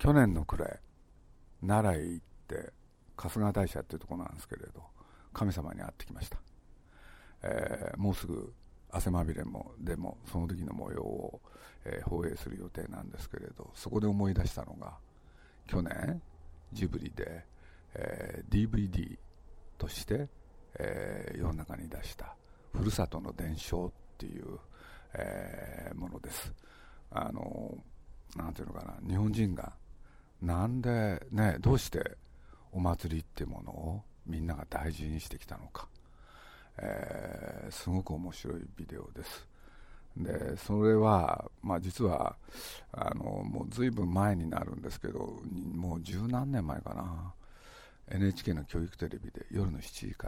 去年の暮れ奈良へ行って春日大社っていうところなんですけれど、神様に会ってきました。もうすぐ汗まみれでもその時の模様を、放映する予定なんですけれど、そこで思い出したのが去年ジブリで、DVD として、世の中に出したふるさとの伝承っていう、ものです。なんていうのかな、日本人がなんでね、どうしてお祭りっていうものをみんなが大事にしてきたのか、すごく面白いビデオです。でそれは、実はもう随分前になるんですけど、もう十何年前かな、 NHK の教育テレビで夜の7時から、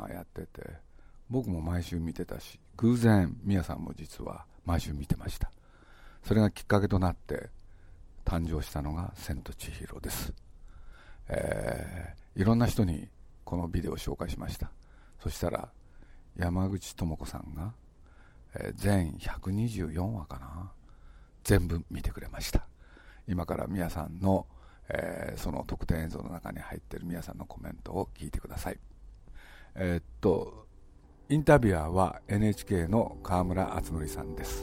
やってて、僕も毎週見てたし、偶然宮さんも実は毎週見てました。それがきっかけとなって誕生したのが千と千尋です。いろんな人にこのビデオを紹介しました。そしたら山口智子さんが、全124話かな、全部見てくれました。今から宮さんの、その特典映像の中に入っている宮さんのコメントを聞いてください。インタビュアーは NHK の川村敦則さんです。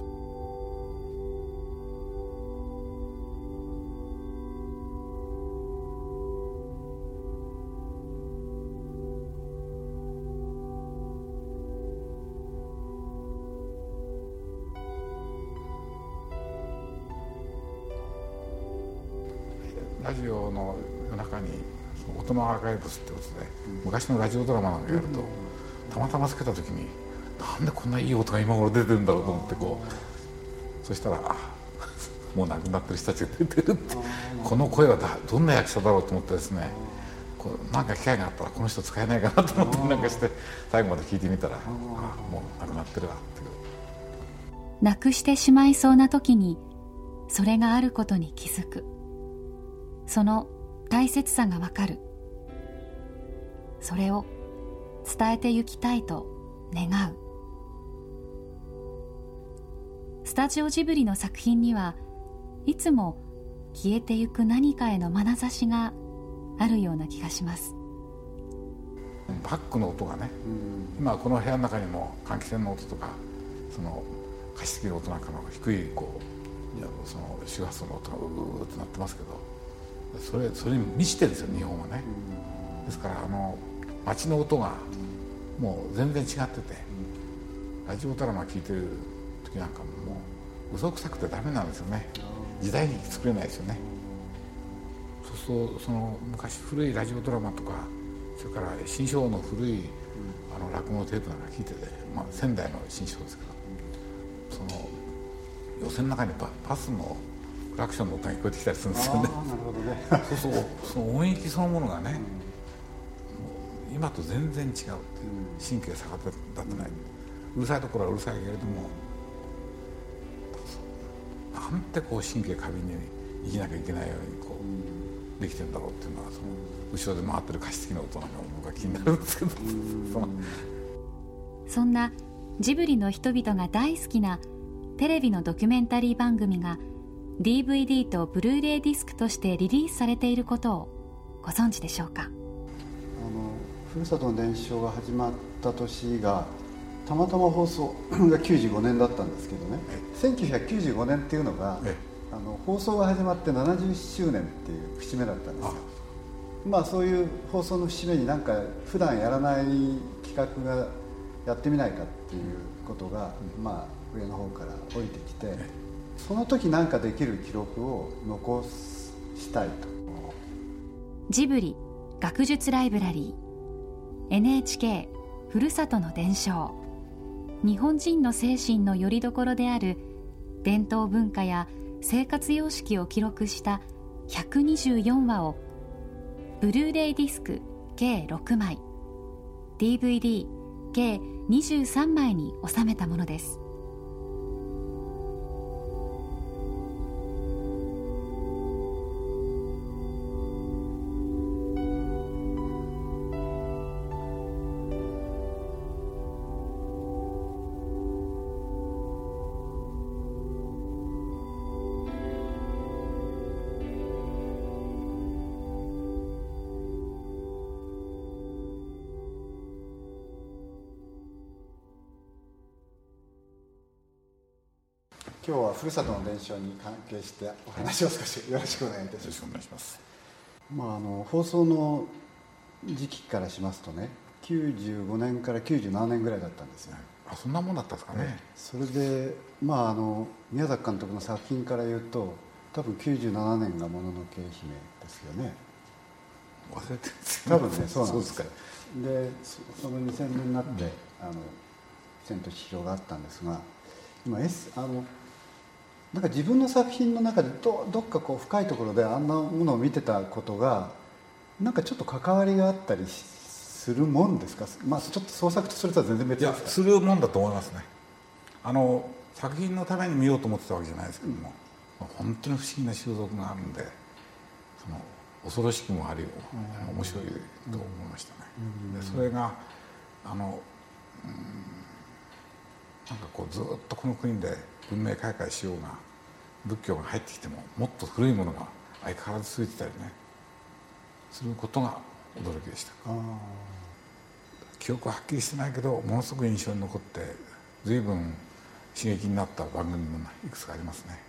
ラジオの中に音のアーカイブスってことで、昔のラジオドラマなんかやると、たまたまつけた時になんでこんないい音が今頃出てるんだろうと思ってそしたらもう亡くなってる人たちが出てるって、この声はどんな役者だろうと思ってですね、なんか機会があったらこの人使えないかなと思ってなんかして最後まで聞いてみたら、もう亡くなってるわっていう。 亡くしてしまいそうな時にそれがあることに気づく、その大切さがわかる、それを伝えてゆきたいと願う。スタジオジブリの作品にはいつも消えてゆく何かへの眼差しがあるような気がします。 バックの音がね、今この部屋の中にも換気扇の音とかその加湿器の音なんかの低いその周波数の音がうーってなってますけど、それに満ちてるんですよ日本はね。ですから街の音がもう全然違ってて、ラジオドラマ聴いてる時なんかももう嘘くさくてダメなんですよね。時代劇作れないですよね。そうするとその昔古いラジオドラマとか、それから新章の古い落語テープなんか聞いてて、仙台の新章ですけど、その寄席の中にバスのクラクションの音が聞こえてきたりするんですよね。 なるほどね。 そうその音域そのものがね、今と全然違うっていう、神経が逆立ってない、うるさいところはうるさいけれども、なんて神経過敏に生きなきゃいけないようにできてるんだろうっていうのは、その後ろで回ってる加湿器の音なんかも僕は気になるんですけどそんなジブリの人々が大好きなテレビのドキュメンタリー番組が DVD とブルーレイディスクとしてリリースされていることをご存知でしょうか。 ふるさとの伝承が始まった年がたまたま放送が95年だったんですけどね、1995年っていうのが放送が始まって70周年っていう節目だったんですよ。そういう放送の節目になんか普段やらない企画がやってみないかっていうことが、上の方から降りてきて、その時なんかできる記録を残したいと。 ジブリ学術ライブラリー、 NHK ふるさとの伝承、日本人の精神の拠り所である伝統文化や生活様式を記録した124話をブルーレイディスク計6枚、 DVD 計23枚に収めたものです。 今日はふるさとの伝承に関係してお話を少しよろしくお願いいたします。 よろしくお願いします。 放送の時期からしますとね、95年から97年ぐらいだったんですよ。 そんなもんだったんですかね。 それで宮崎監督の作品から言うと多分97年がもののけ姫ですよね。 忘れてるんですよね。多分ね、そうなんですか。でその2000年になって千と千尋があったんですが、今なんか自分の作品の中でどっかこう深いところであんなものを見てたことがなんかちょっと関わりがあったりするもんですか。ちょっと創作とそれとは全然別ですか。 いや、するもんだと思いますね。作品のために見ようと思ってたわけじゃないですけども、本当に不思議な習俗があるんで、恐ろしくもあり面白いと思いましたね。でそれがなんかこうずっとこの国で文明開化しようが仏教が入ってきてももっと古いものが相変わらず続いてたりねすることが驚きでした。記憶ははっきりしてないけどものすごく印象に残って随分刺激になった番組もいくつかありますね。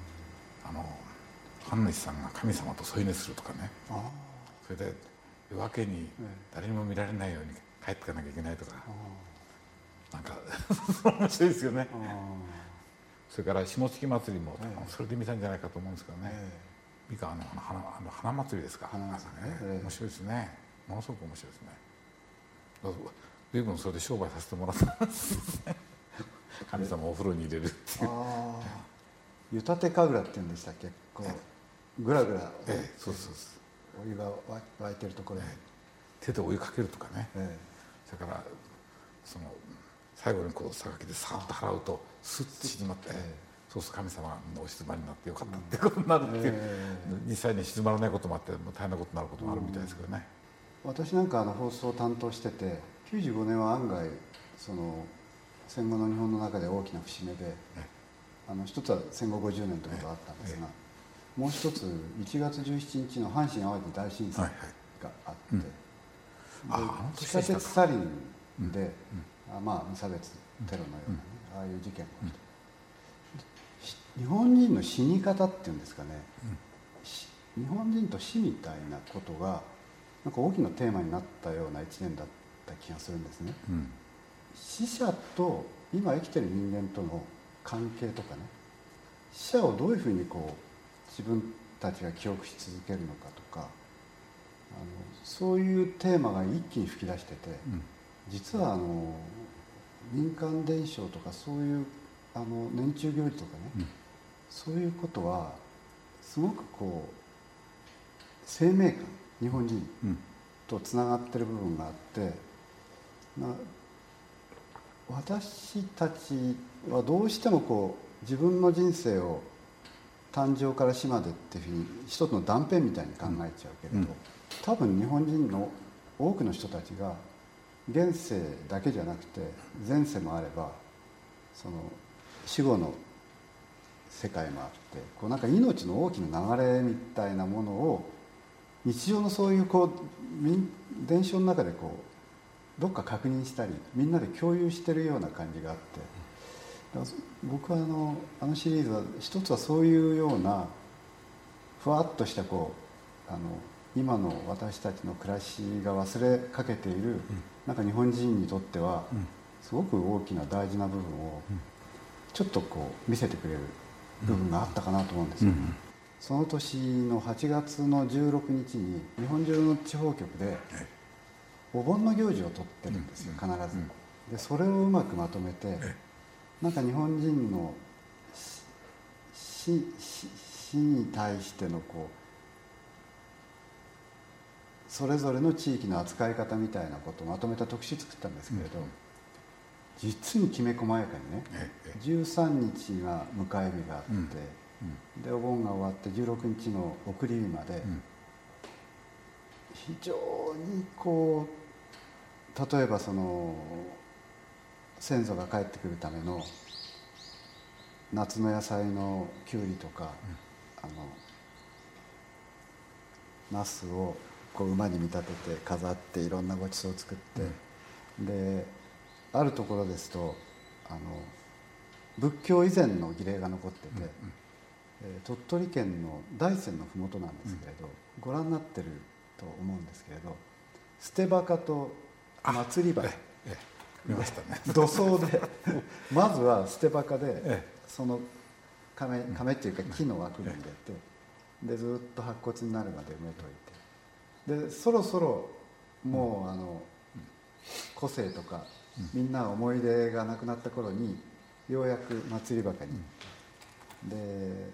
神主さんが神様と添い寝するとかね、それで夜明けに誰にも見られないように帰っていかなきゃいけないとか、なんか面白いですよね。それから下月祭りもそれで見たんじゃないかと思うんですけどね、三河の花祭りですか、面白いですね。ものすごく面白いですね。随分それで商売させてもらったんですね。神様をお風呂に入れるっていう。 湯立神楽っていうんでしたっけ。こうぐらぐら、 そうそうそう、 お湯が沸いてるところに、 手でお湯かけるとかね、それから最後にこう榊でさっと払うとスッと静まって、そうすると神様のお静まりになってよかったってことになるっていう、実際に静まらないこともあって大変なことになることもあるみたいですけどね。 私なんか放送を担当してて95年は案外戦後の日本の中で大きな節目で、一つは戦後50年ということがあったんですが、もう一つ1月17日の阪神・淡路大震災があって、地下鉄サリンで、無差別テロのようなね、ああいう事件が起きて、日本人の死に方っていうんですかね、日本人と死みたいなことがなんか大きなテーマになったような1年だった気がするんですね。死者と今生きてる人間との関係とかね、死者をどういうふうに自分たちが記憶し続けるのかとか、そういうテーマが一気に吹き出してて、実は民間伝承とかそういう年中行事とかね、そういうことはすごく生命感、日本人とつながってる部分があって、私たちはどうしても自分の人生を誕生から死までっていうふうに一つの断片みたいに考えちゃうけれど、多分日本人の多くの人たちが現世だけじゃなくて前世もあれば死後の世界もあって、なんか命の大きな流れみたいなものを日常のそういう伝承の中でどっか確認したりみんなで共有してるような感じがあって、僕はあのシリーズは一つはそういうようなふわっとした今の私たちの暮らしが忘れかけている、なんか日本人にとってはすごく大きな大事な部分をちょっと見せてくれる部分があったかなと思うんですよ。その年の8月の16日に日本中の地方局でお盆の行事をとってるんですよ、必ず。でそれをうまくまとめて、なんか日本人の死に対してのそれぞれの地域の扱い方みたいなことをまとめた特集作ったんですけれど、実にきめ細やかにね、13日が迎え日があって、でお盆が終わって16日の送り火まで、非常に例えば先祖が帰ってくるための夏の野菜のきゅうりとか、ナスを馬に見立てて飾っていろんなごちそうを作って、であるところですと仏教以前の儀礼が残ってて、鳥取県の大山の麓なんですけれど、ご覧になってると思うんですけれど、捨て墓と祭り墓、 見ましたね。 土葬でまずは捨て墓で、その亀っていうか木の枠に入れて、でずっと白骨になるまで埋めといて、でそろそろもう個性とかみんな思い出がなくなった頃にようやく祭り墓に、で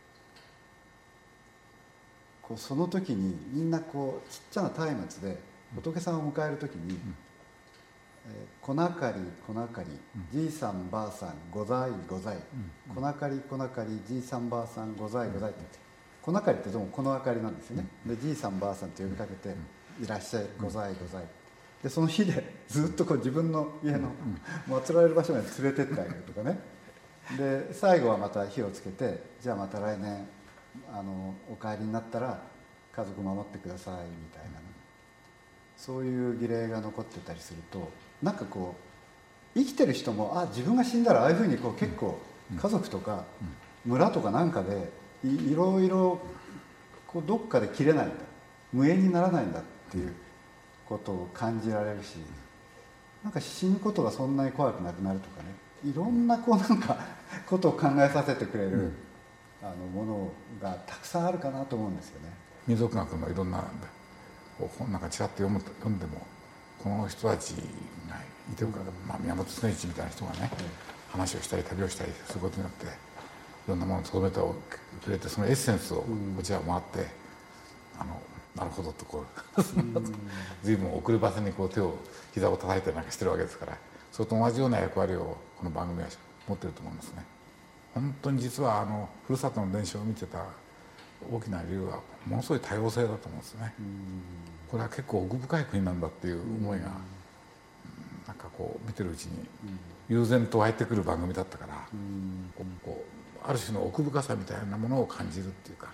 こうその時にみんなこうちっちゃな松明で仏さんを迎える時に、子なかり子なかり、じいさんばあさんございござい、子なかり子なかりじいさんばあさんございございって言って、子なかりってどうもこの明かりなんですよね。でじいさんばあさんって呼びかけて、いらっしゃいございござい、でその火でずっとこう自分の家の祀られる場所まで連れてってあげるとかね。で最後はまた火をつけて、じゃあまた来年お帰りになったら家族守ってくださいみたいな、そういう儀礼が残ってたりすると、なんかこう生きてる人も自分が死んだらああいうふうにこう結構家族とか村とかなんかでいろいろこうどっかで切れないんだ、無縁にならないんだっていうことを感じられるし、なんか死ぬことがそんなに怖くなくなるとかね、いろんなこうなんかことを考えさせてくれる、ものがたくさんあるかなと思うんですよね。 民族学のいろんな本なんかちらっと読んでも、この人たちがいてるから、宮本常一みたいな人がね、話をしたり旅をしたりすることによっていろんなものをとどめてくれて、そのエッセンスをこちらを回って、なるほどとこう随分遅ればせにこう膝を叩いたりなんかしてるわけですから、それと同じような役割をこの番組は持ってると思いますね。本当に実はふるさとの伝承を見てた大きな理由はものすごい多様性だと思うんですね。これは結構奥深い国なんだっていう思いが、なんかこう見てるうちに悠然と湧いてくる番組だったから、こうある種の奥深さみたいなものを感じるっていうか、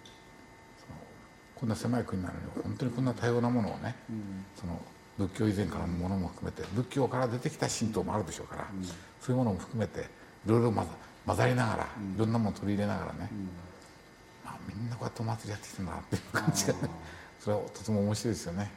こんな狭い国なのに本当にこんな多様なものをね、その仏教以前からのものも含めて、仏教から出てきた神道もあるでしょうから、そういうものも含めていろいろ混ざりながら、いろんなものを取り入れながらね、みんなこうやってお祭りやってきてるなっていう感じがね、それはとても面白いですよね。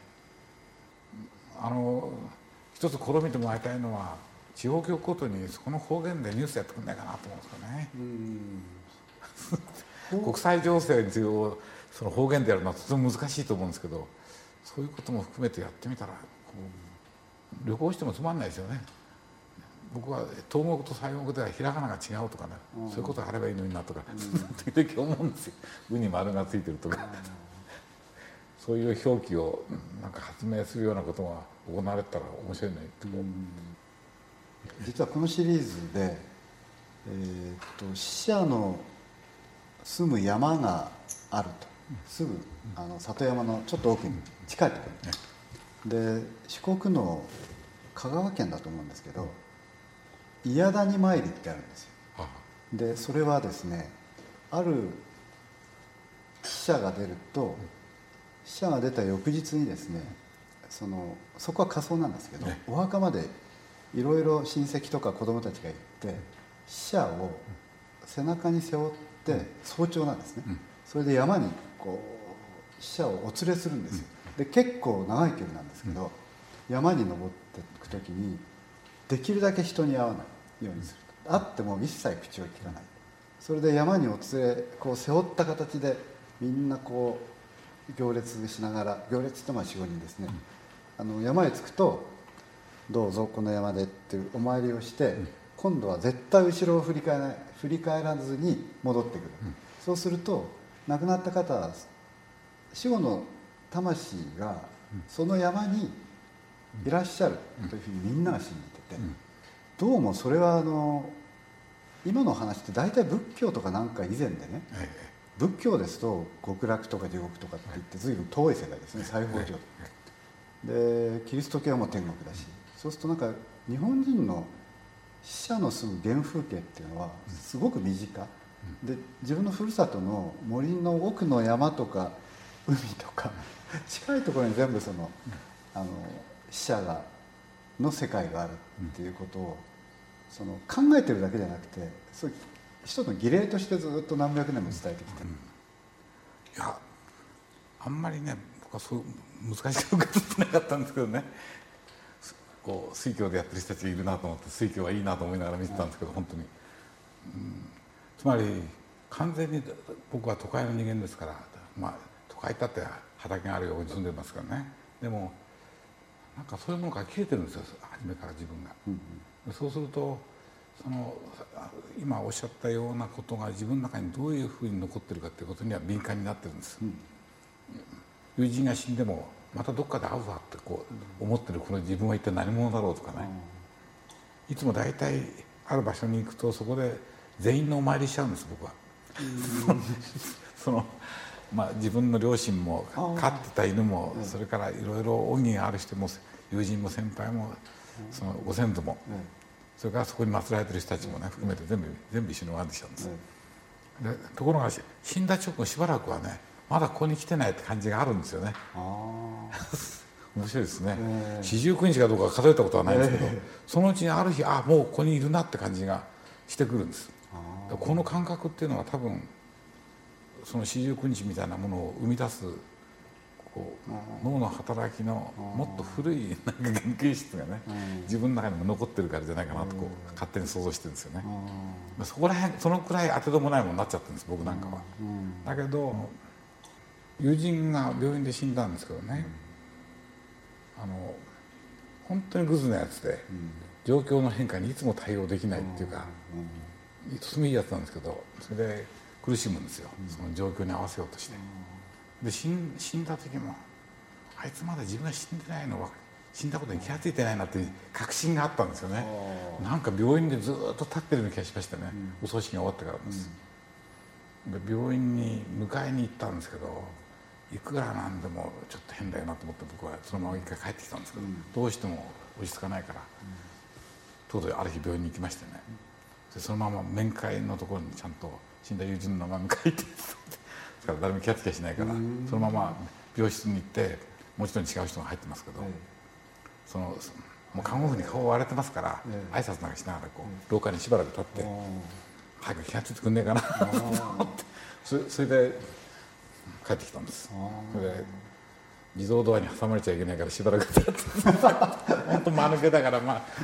一つ試みてもらいたいのは、地方局ごとにそこの方言でニュースやってくんないかなと思うんですよね。国際情勢にその方言でやるのはとても難しいと思うんですけど、そういうことも含めてやってみたら旅行してもつまんないですよね。僕は東国と西国ではひらがなが違うとかね、そういうことがあればいいのになとか時々思うんですよ。「う」に丸がついてるとかそういう表記をなんか発明するようなことが行われたら面白いねってこう。 実はこのシリーズで、死者の住む山があると、すぐ里山のちょっと奥に近いところで、四国の香川県だと思うんですけど、祖谷参りってあるんですよ。でそれはですね、ある死者が出ると、死者が出た翌日にですね、そこは火葬なんですけど、お墓までいろいろ親戚とか子供たちが行って死者を背中に背負って、早朝なんですね、それで山にこう死者をお連れするんですよ。で結構長い距離なんですけど、山に登っていく時にできるだけ人に会わないようにすると、会っても一切口を聞かない。それで山にお連れこう背負った形でみんなこう行列しながら、行列って4、5人ですね、山へ着くとどうぞこの山でっていうお参りをして、今度は絶対後ろを振り返らずに戻ってくる、そうすると亡くなった方は死後の魂がその山にいらっしゃるというふうにみんなが信じてて、どうもそれは今の話って大体仏教とかなんか以前でね、仏教ですと極楽とか地獄とかって言って随分遠い世界ですね、西方浄土で、キリスト教はもう天国だし、そうするとなんか日本人の死者の住む原風景っていうのはすごく身近で、自分のふるさとの森の奥の山とか海とか近いところに全部その死者の世界があるっていうことをその考えてるだけじゃなくて、そういう一つの儀礼としてずっと何百年も伝えてきてる、 いやあんまりね僕はそう難しく受け取ってなかったんですけどね、こう水教でやってる人たちがいるなと思って水教はいいなと思いながら見てたんですけど、本当に、つまり完全に僕は都会の人間ですから、まあ都会だって畑があるように住んでますからね。でもなんかそういうものが切れてるんですよ、初めから自分が。そうするとその今おっしゃったようなことが自分の中にどういうふうに残ってるかっていうことには敏感になってるんです。友人が死んでもまたどっかで会うわってこう思ってるこの自分は一体何者だろうとかね、いつも大体ある場所に行くとそこで全員のお参りしちゃうんです僕は。そのまあ自分の両親も飼ってた犬もそれからいろいろ恩義がある人も友人も先輩もそのご先祖もそれからそこに祀られてる人たちもね含めて全部一緒に拝んできたんです。でところが死んだ直後しばらくはねまだここに来てないって感じがあるんですよね。面白いですね。49日かどうか数えたことはないですけど、そのうちにある日もうここにいるなって感じがしてくるんです。この感覚っていうのは多分その49日みたいなものを生み出すこう脳の働きのもっと古いなんか原型質がね自分の中にも残ってるからじゃないかなとこう勝手に想像してるんですよね。そこら辺そのくらい当てどもないものになっちゃってるんです僕なんかは。だけど友人が病院で死んだんですけどね、本当にグズなやつで状況の変化にいつも対応できないっていうかとてもいいやつなんですけど、それで苦しむんですよ、その状況に合わせようとして。で死んだ時もあいつまだ自分が死んでないのは死んだことに気が付いてないなっていう確信があったんですよね。なんか病院でずっと立ってるような気がしましたね、お葬式が終わってからです。で病院に迎えに行ったんですけど、いくらなんでもちょっと変だよなと思って僕はそのまま一回帰ってきたんですけど、どうしても落ち着かないから、とうとうある日病院に行きましてね、でそのまま面会のところにちゃんと死んだ友人の名前書いてですから誰も気がつきゃしないから、そのまま病室に行ってもちろん違う人が入ってますけど、そのもう看護婦に顔割れてますから、挨拶なんかしながらこう廊下にしばらく立って早く気がついてくんねえかなと思ってそれで帰ってきたんです。それで自動ドアに挟まれちゃいけないからしばらく立って本当間抜けだから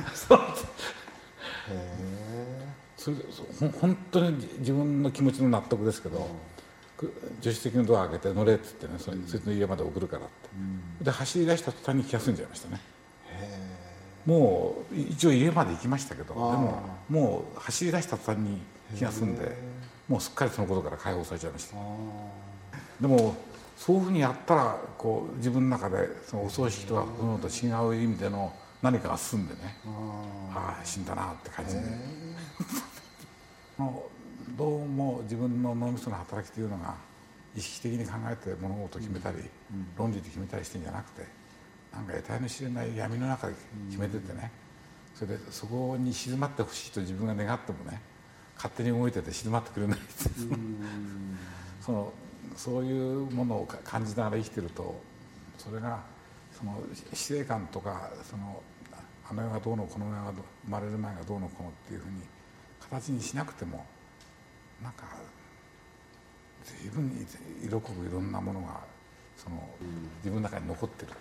それ本当に自分の気持ちの納得ですけど、助手席のドア開けて乗れって言ってね、そいつの家まで送るからって、で走り出した途端に気が済んじゃいましたね。もう一応家まで行きましたけど、でももう走り出した途端に気が済んで、もうすっかりそのことから解放されちゃいました。でもそういうふうにやったらこう自分の中でそのお葬式とはこのと違う意味での何かが進んでね、死んだなって感じでどうも自分の脳みその働きというのが意識的に考えて物事を決めたり、論理で決めたりしてんじゃなくて、なんか得体の知れない闇の中で決めててね、それでそこに静まってほしいと自分が願ってもね勝手に動いてて静まってくれないそういうものを感じながら生きてると、それがその死生観とかあの世がどうのこの世が生まれる前がどうのこうのっていうふうに形にしなくてもなんか随分に色濃くいろんなものが自分の中に残ってる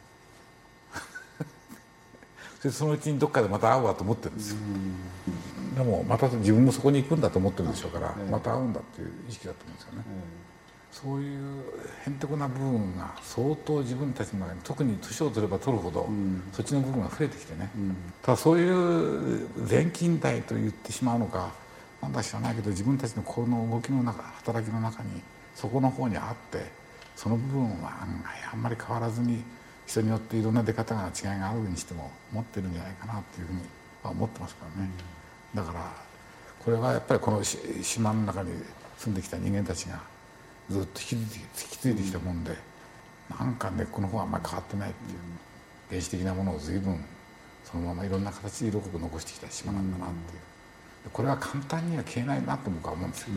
そのうちにどっかでまた会うわと思ってるんですよ。でもまた自分もそこに行くんだと思ってるでしょうから、また会うんだっていう意識だと思うんですよね。そういうへんてこな部分が相当自分たちの中に、特に年を取れば取るほど、そっちの部分が増えてきてね、ただそういう前近代と言ってしまうのかなんだか知らないけど、自分たちのこの動きの中、働きの中にそこの方にあって、その部分は案外あんまり変わらずに人によっていろんな出方が違いがあるにしても持ってるんじゃないかなっていうふうには思ってますからね。だからこれはやっぱりこの島の中に住んできた人間たちがずっと引き継いできたもんで、なんか根っこの方はあんまり変わってないっていう、原始的なものを随分そのままいろんな形で色濃く残してきた島なんだなっていう、これは簡単には消えないなと僕は思うんですよ。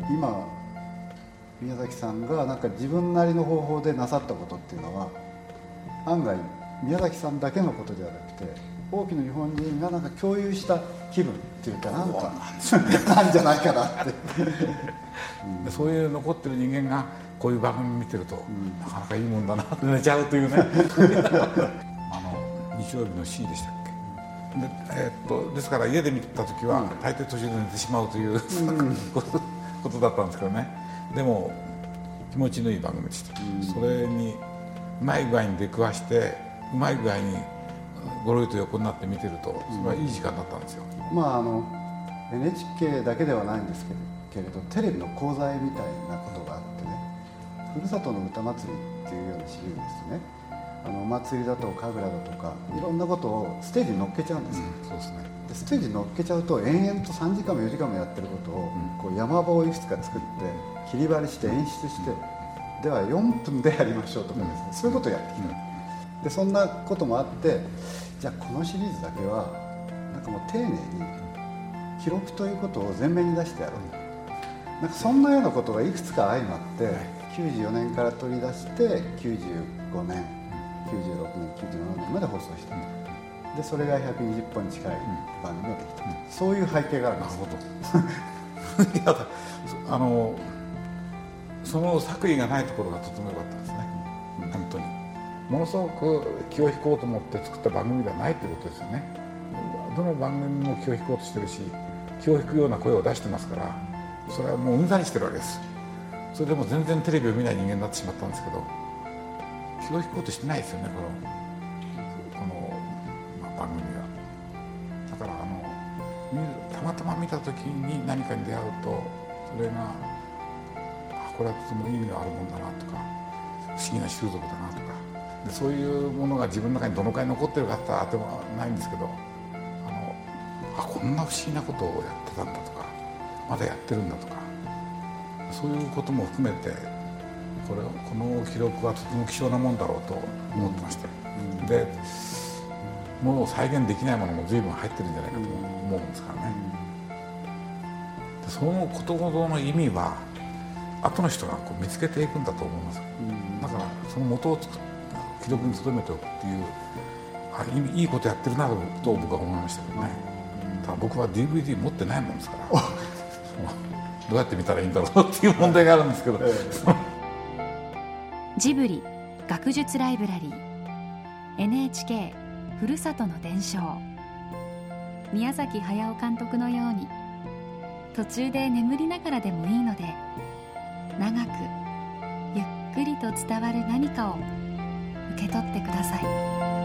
今宮崎さんがなんか自分なりの方法でなさったことっていうのは案外宮崎さんだけのことではなくて多くの日本人がなんか共有した気分っていうかなんかなんじゃないかなってそういう残ってる人間がこういう番組見てると、なかなかいいもんだなって寝ちゃうというね日曜日の C でしたっけですから家で見た時は大抵途中で寝てしまうという、ことだったんですけどね。でも気持ちのいい番組でした、それにうまい具合に出くわしてうまい具合にごろりと横になって見てるとそれはいい時間だったんですよ。 NHK だけではないんですけれどテレビの講座みたいなことがあってね、ふるさとの歌祭りっていうようなシリーズですね。お祭りだと神楽だとかいろんなことをステージに乗っけちゃうんですよ、 そうですね。 でステージに乗っけちゃうと延々と3時間も4時間もやってることを、こう山場をいくつか作って切り張りして演出して、では4分でやりましょうとかですね、そういうことをやってきた、でそんなこともあって、じゃあこのシリーズだけはなんかもう丁寧に記録ということを前面に出してやろう、なんかそんなようなことがいくつか相まって94年から取り出して95年96年97年まで放送した、でそれが120本に近い番組ができた、そういう背景があるんです。 なるほどその作為がないところがとても良かったですね、本当にものすごく気を引こうと思って作った番組ではないということですよね。どの番組も気を引こうとしてるし気を引くような声を出してますから、それはもううんざりしてるわけです。それでも全然テレビを見ない人間になってしまったんですけど、気を引こうとしてないですよね、この番組が。だからたまたま見た時に何かに出会うとそれがこれはとても意味があるもんだなとか不思議な習俗だなとかで、そういうものが自分の中にどのくらい残ってるかってあってもないんですけど、こんな不思議なことをやってたんだとかまだやってるんだとか、そういうことも含めてこの記録はとても希少なもんだろうと思ってまして、でもう再現できないものも随分入ってるんじゃないかと思うんですからね。でそのことごとの意味は後の人がこう見つけていくんだと思います、だからその元を記録に留めておくっていういいことやってるなと僕は思いましたけどね。ただ僕は DVD 持ってないもんですからどうやって見たらいいんだろうっていう問題があるんですけど、 ジブリ学術ライブラリー NHK ふるさとの伝承、宮崎駿監督のように途中で眠りながらでもいいので長くゆっくりと伝わる何かを受け取ってください。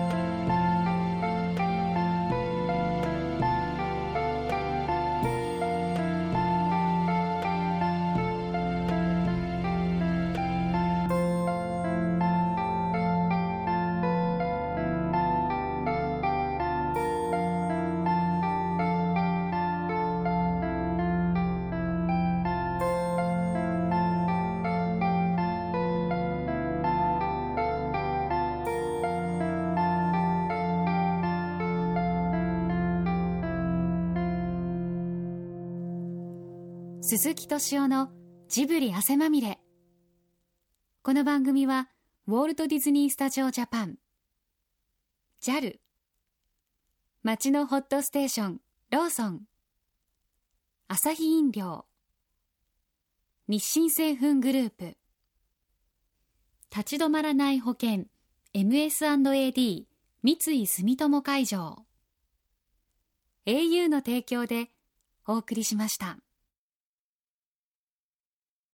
鈴木敏夫のジブリ汗まみれ。この番組はウォルト・ディズニー・スタジオ・ジャパン、JAL、街のホットステーションローソン、アサヒ飲料、日清製粉グループ、立ち止まらない保険 MS&AD 三井住友海上、au の提供でお送りしました。